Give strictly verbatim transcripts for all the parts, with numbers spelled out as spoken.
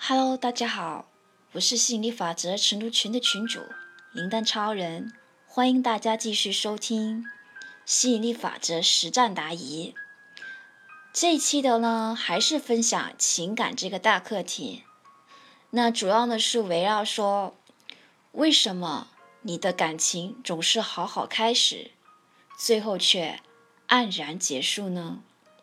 Hello，大家好，我是吸引力法则晨读群的群主林丹超人，欢迎大家继续收听吸引力法则实战答疑。这一期的呢，还是分享情感这个大课题。那主要呢是围绕说，为什么你的感情总是好好开始，最后却黯然结束呢？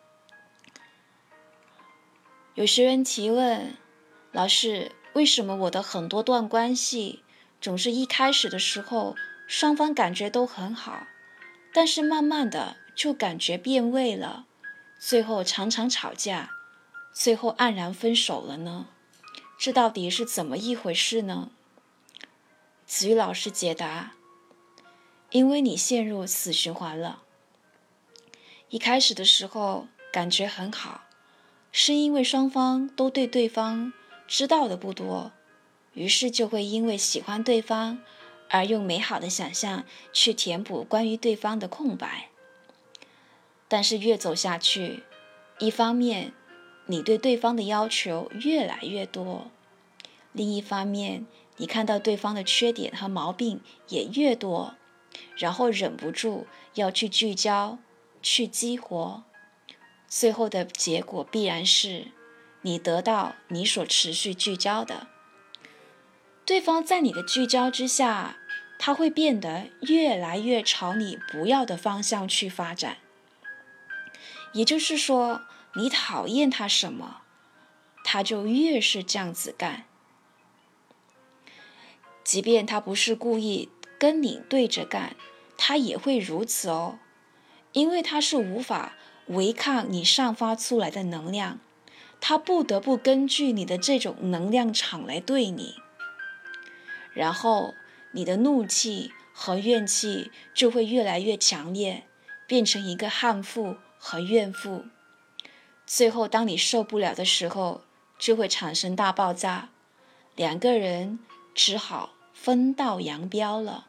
有学员提问，老师，为什么我的很多段关系总是一开始的时候双方感觉都很好，但是慢慢的就感觉变味了，最后常常吵架，最后黯然分手了呢？这到底是怎么一回事呢？子瑜老师解答，因为你陷入死循环了。一开始的时候感觉很好，是因为双方都对对方知道的不多，于是就会因为喜欢对方而用美好的想象去填补关于对方的空白。但是越走下去，一方面你对对方的要求越来越多，另一方面你看到对方的缺点和毛病也越多，然后忍不住要去聚焦，去激活，最后的结果必然是你得到你所持续聚焦的。对方在你的聚焦之下，他会变得越来越朝你不要的方向去发展。也就是说，你讨厌他什么，他就越是这样子干。即便他不是故意跟你对着干，他也会如此哦，因为他是无法违抗你散发出来的能量，他不得不根据你的这种能量场来对你，然后你的怒气和怨气就会越来越强烈，变成一个悍妇和怨妇，最后当你受不了的时候，就会产生大爆炸，两个人只好分道扬镳了。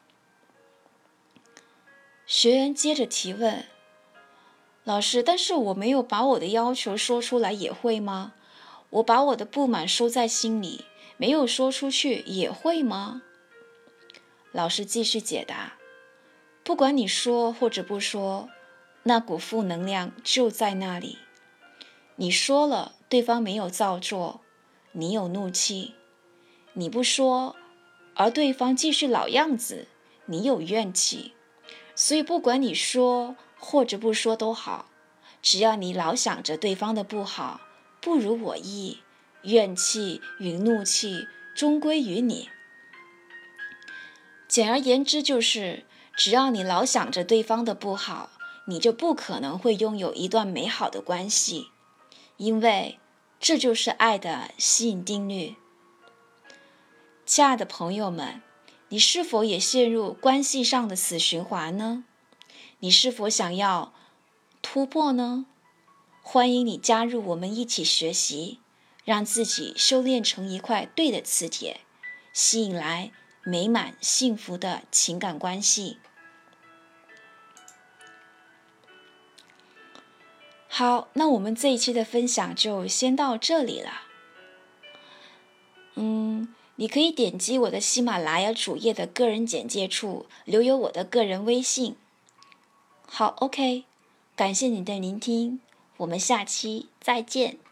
学员接着提问，老师，但是我没有把我的要求说出来也会吗？我把我的不满收在心里，没有说出去也会吗？老师继续解答，不管你说或者不说，那股负能量就在那里。你说了，对方没有照做，你有怒气；你不说，而对方继续老样子，你有怨气。所以不管你说或者不说都好，只要你老想着对方的不好，不如我意，怨气与怒气终归于你。简而言之就是，只要你老想着对方的不好，你就不可能会拥有一段美好的关系，因为这就是爱的吸引定律。亲爱的朋友们，你是否也陷入关系上的死循环呢？你是否想要突破呢？欢迎你加入我们一起学习，让自己修炼成一块对的磁铁，吸引来美满幸福的情感关系。好，那我们这一期的分享就先到这里了。嗯，你可以点击我的喜马拉雅主页的个人简介处，留有我的个人微信。好 ，OK， 感谢你的聆听，我们下期再见。